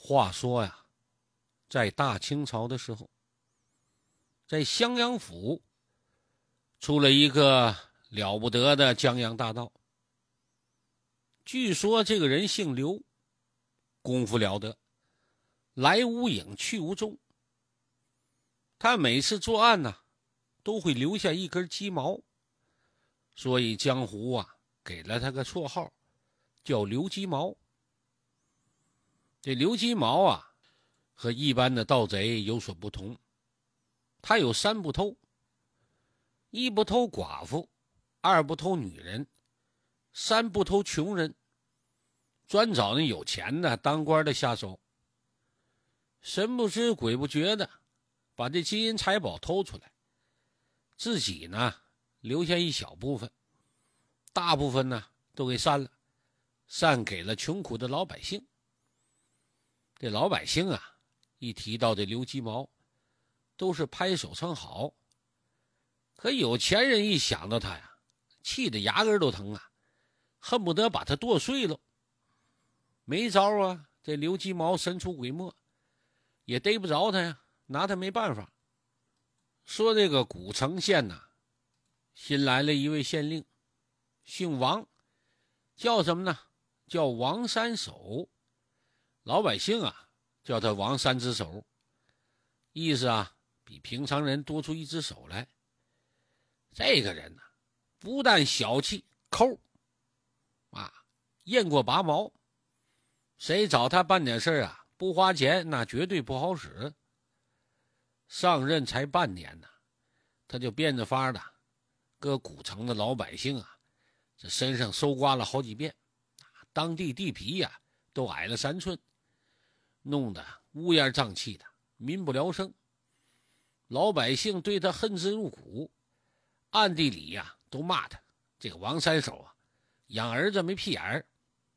话说呀，在大清朝的时候，在襄阳府出了一个了不得的江洋大盗。据说这个人姓刘，功夫了得，来无影去无踪。他每次作案呢，都会留下一根鸡毛，所以江湖啊给了他个绰号，叫刘鸡毛。这刘鸡毛啊和一般的盗贼有所不同，他有三不偷：一不偷寡妇，二不偷女人，三不偷穷人，专找那有钱的当官的下手。神不知鬼不觉的把这金银财宝偷出来，自己呢留下一小部分，大部分呢都给散了，散给了穷苦的老百姓。这老百姓啊一提到这刘鸡毛都是拍手称好，可有钱人一想到他呀，气得牙根都疼啊，恨不得把他剁碎了。没招啊，这刘鸡毛神出鬼没，也逮不着他呀，拿他没办法。说这个古城县呐，新来了一位县令，姓王，叫什么呢？叫王三手。老百姓啊叫他王三只手，意思啊比平常人多出一只手来。这个人呢，不但小气抠啊，雁过拔毛，谁找他办点事啊不花钱，那绝对不好使。上任才半年呢，他就变着法的搁古城的老百姓啊这身上搜刮了好几遍，当地地皮呀都矮了3寸，弄得乌烟瘴气的，民不聊生。老百姓对他恨之入骨，暗地里呀都骂他这个王三手啊养儿子没屁眼儿。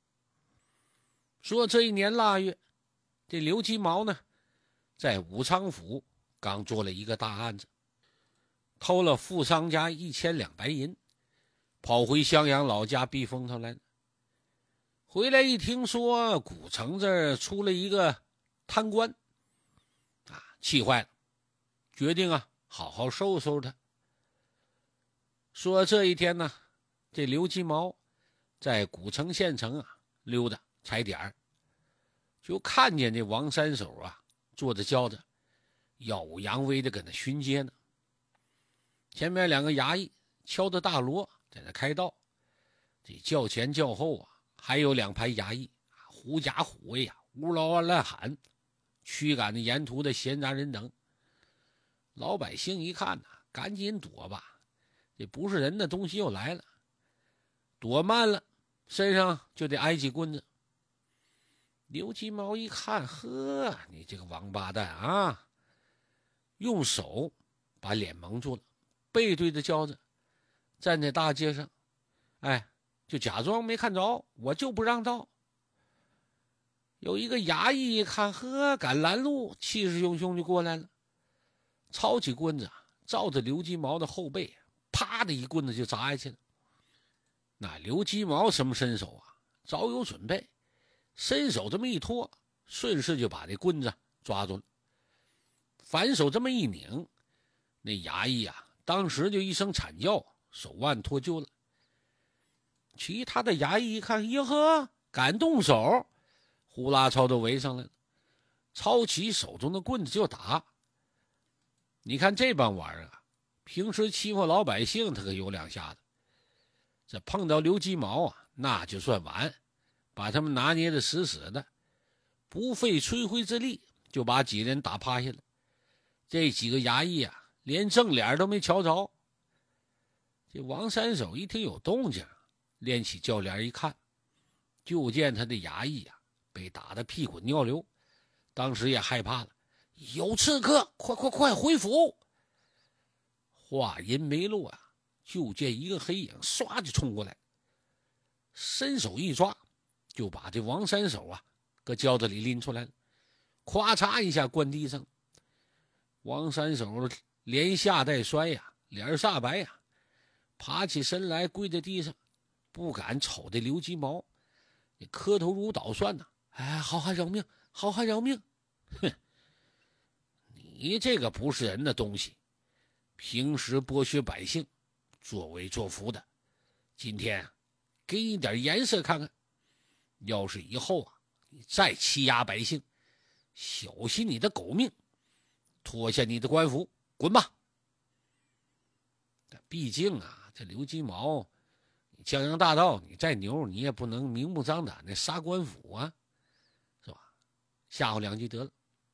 说这一年腊月，这刘鸡毛呢在武昌府刚做了一个大案子，偷了富商家1000两白银，跑回襄阳老家避风头来了。回来一听说古城这儿出了一个贪官啊，气坏了，决定啊好好收拾收拾他。说这一天呢，这刘鸡毛在古城县城啊溜达踩点儿，就看见这王三手啊坐着轿子，耀武扬威的跟他巡街呢。前面2个衙役敲着大锣在那开道，这轿前轿后啊还有2排衙役狐假虎威啊，呜嗷乱喊，驱赶着沿途的闲杂人等。老百姓一看赶紧躲吧，这不是人的东西又来了。躲慢了，身上就得挨几棍子。刘鸡毛一看，呵，你这个王八蛋啊！用手把脸蒙住了，背对着轿子，站在大街上，就假装没看着，我就不让道。有一个衙役一看，呵，敢拦路，气势汹汹就过来了，抄起棍子照着刘鸡毛的后背，啪的一棍子就砸下去了。那刘鸡毛什么身手啊？早有准备，伸手这么一拖，顺势就把这棍子抓住了，反手这么一拧，那衙役啊当时就一声惨叫，手腕脱臼了。其他的衙役一看，哟呵，敢动手，呼啦超都围上来了，抄起手中的棍子就打。你看这帮玩意儿啊，平时欺负老百姓他可有2下子，这碰到刘鸡毛啊那就算完，把他们拿捏得死死的，不费吹灰之力就把几人打趴下了。这几个衙役啊连正脸都没瞧着。这王三手一听有动静，连起轿帘一看，就见他的衙役啊被打得屁滚尿流，当时也害怕了，有刺客，快回府！话音没落啊，就见一个黑影唰就冲过来，伸手一抓，就把这王三手啊搁轿子里拎出来了，咵嚓一下灌地上。王三手连下带摔呀，脸煞白呀，爬起身来跪在地上，不敢瞅这刘鸡毛，磕头如捣蒜呐。 哎，好汉饶命，好汉饶命！哼，你这个不是人的东西，平时剥削百姓，作威作福的，今天啊，给你点颜色看看。要是以后啊，你再欺压百姓，小心你的狗命！脱下你的官服，滚吧！毕竟啊，这刘金毛，江洋大盗，你再牛，你也不能明目张胆的杀官府啊，是吧？吓唬两句得了。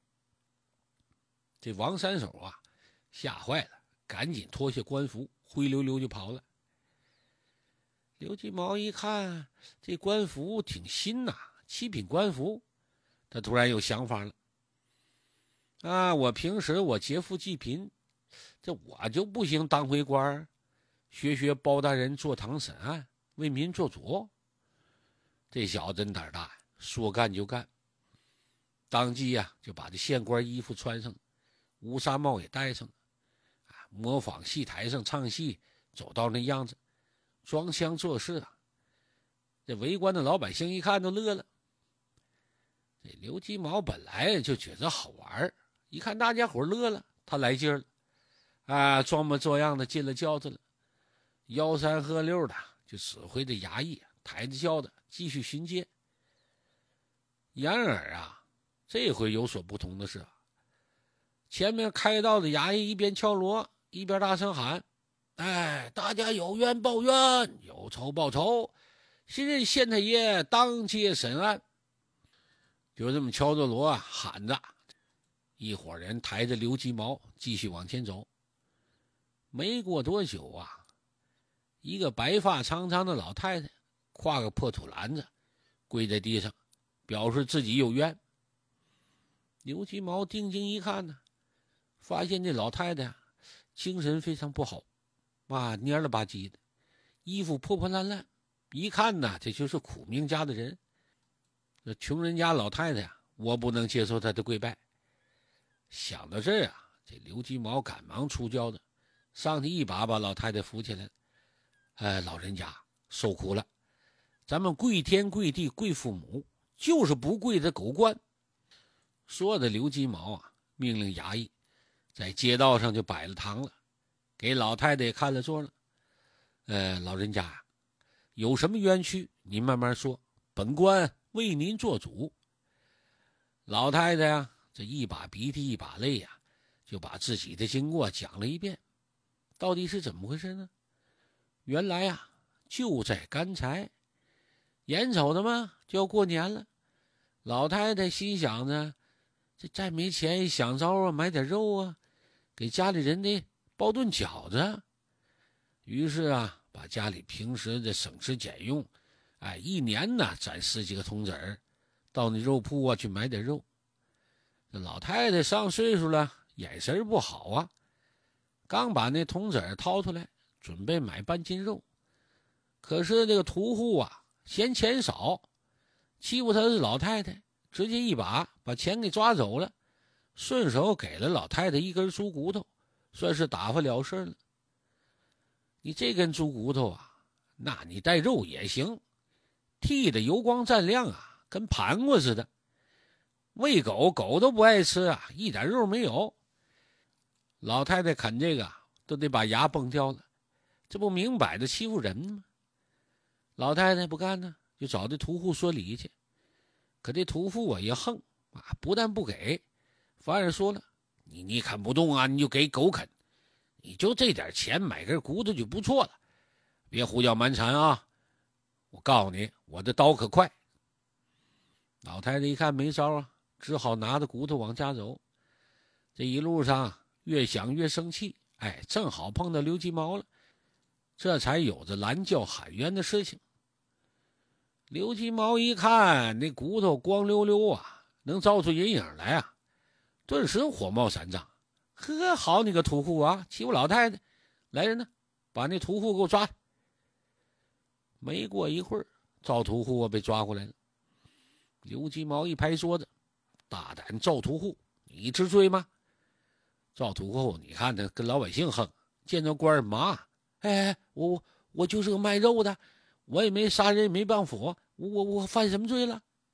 这王三手啊，吓坏了，赶紧脱下官服，灰溜溜就跑了。刘金毛一看这官服挺新呐，七品官服，他突然有想法了。啊，我平时我劫富济贫，这我就不行当回官，学包大人坐堂审案，为民做主。这小子真胆大，说干就干，当即呀就把这县官衣服穿上，乌纱帽也戴上了，模仿戏台上唱戏走到那样子，装腔作势啊。这围观的老百姓一看都乐了。这刘金毛本来就觉得好玩，一看大家伙乐了，他来劲了啊，装模作样的进了轿子了，吆三喝六的就指挥着衙役抬着轿子继续巡街。然而啊，这回有所不同的是，前面开道的衙役一边敲锣一边大声喊：哎，大家有冤报冤，有仇报仇，新任县太爷当街审案。就这么敲着锣喊着，一伙人抬着刘金毛继续往前走。没过多久啊，一个白发苍苍的老太太挎个破土篮子跪在地上，表示自己有冤。刘金毛定睛一看呢，发现这老太太精神非常不好啊，蔫了吧唧的，衣服破破烂烂，一看呢这就是苦命家的人。这穷人家老太太我不能接受她的跪拜。想到这儿啊，这刘金毛赶忙出轿子，上去一把把老太太扶起来了。哎，老人家受苦了，咱们跪天跪地跪父母，就是不跪这狗官。说的刘金毛啊，命令衙役在街道上就摆了堂了，给老太太也看了座了。老人家呀，有什么冤屈您慢慢说，本官为您做主。老太太呀，这一把鼻涕一把泪呀，就把自己的经过讲了一遍。到底是怎么回事呢？原来呀，就在刚才，眼瞅着嘛就要过年了，老太太心想着，这再没钱想招啊，买点肉啊，给家里人的包顿饺子。于是啊，把家里平时的省吃俭用，一年呢攒10几个铜子儿，到那肉铺啊去买点肉。这老太太上岁数了，眼神不好啊，刚把那铜子儿掏出来，准备买半斤肉，可是这个屠户啊嫌钱少，欺负他是老太太，直接一把把钱给抓走了，顺手给了老太太一根猪骨头，算是打发了事了。你这根猪骨头啊，那你带肉也行，剔得油光锃亮啊，跟盘子似的。喂狗，狗都不爱吃啊，一点肉没有。老太太啃这个都得把牙崩掉了，这不明摆着欺负人吗？老太太不干呢，就找这屠户说理去。可这屠户啊也横啊，不但不给，反而说了：你啃不动啊，你就给狗啃，你就这点钱买根骨头就不错了，别胡搅蛮缠啊！我告诉你，我的刀可快。老太太一看没招啊，只好拿着骨头往家走。这一路上越想越生气，正好碰到刘金毛了，这才有着拦轿喊冤的事情。刘金毛一看那骨头光溜溜啊，能照出阴影来啊，顿时火冒三丈。呵，好你个屠户啊，欺负老太太！来人呢，把那屠户给我抓！没过一会儿，赵屠户被抓回来了。刘金毛一拍桌子：大胆赵屠户，你知罪吗？赵屠户你看他跟老百姓横，见着官骂：我就是个卖肉的，我也没杀人，也没谤佛，我犯什么罪了？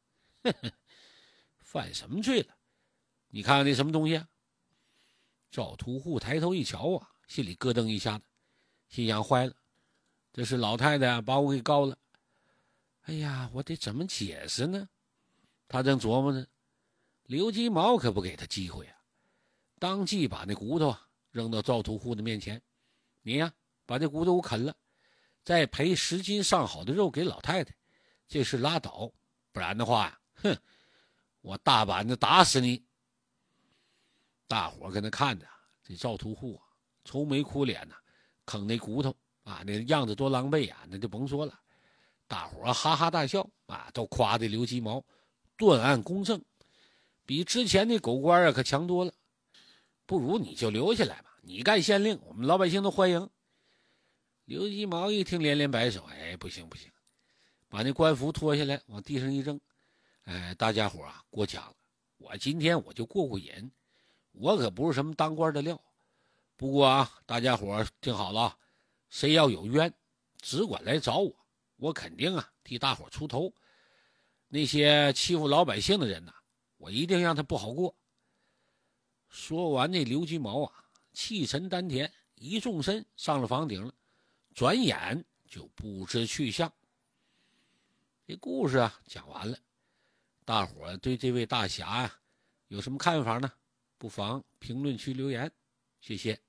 犯什么罪了？你看看那什么东西啊？赵屠户抬头一瞧啊，心里咯噔一下子，心想坏了，这是老太太把我给告了。哎呀，我得怎么解释呢？他正琢磨着，刘金毛可不给他机会啊，当即把那骨头扔到赵屠户的面前，你呀，把这骨头啃了，再赔10斤上好的肉给老太太，这事拉倒，不然的话呀，哼，我大板子打死你！大伙跟他看着，这赵屠户啊，愁眉苦脸呐，啃那骨头啊，那样子多狼狈啊，那就甭说了。大伙哈哈大笑啊，都夸这刘金毛断案公正，比之前那狗官啊可强多了。不如你就留下来吧，你干县令，我们老百姓都欢迎。刘金毛一听连连摆手，哎，不行不行，把那官服脱下来往地上一扔，哎，大家伙啊，过奖了，我今天我就过过瘾，我可不是什么当官的料。不过啊，大家伙听好了，谁要有冤，只管来找我，我肯定啊替大伙出头。那些欺负老百姓的人呐，我一定让他不好过。说完，这刘金毛啊，气沉丹田，一纵身上了房顶了，转眼就不知去向。这故事啊讲完了，大伙对这位大侠呀有什么看法呢？不妨评论区留言，谢谢。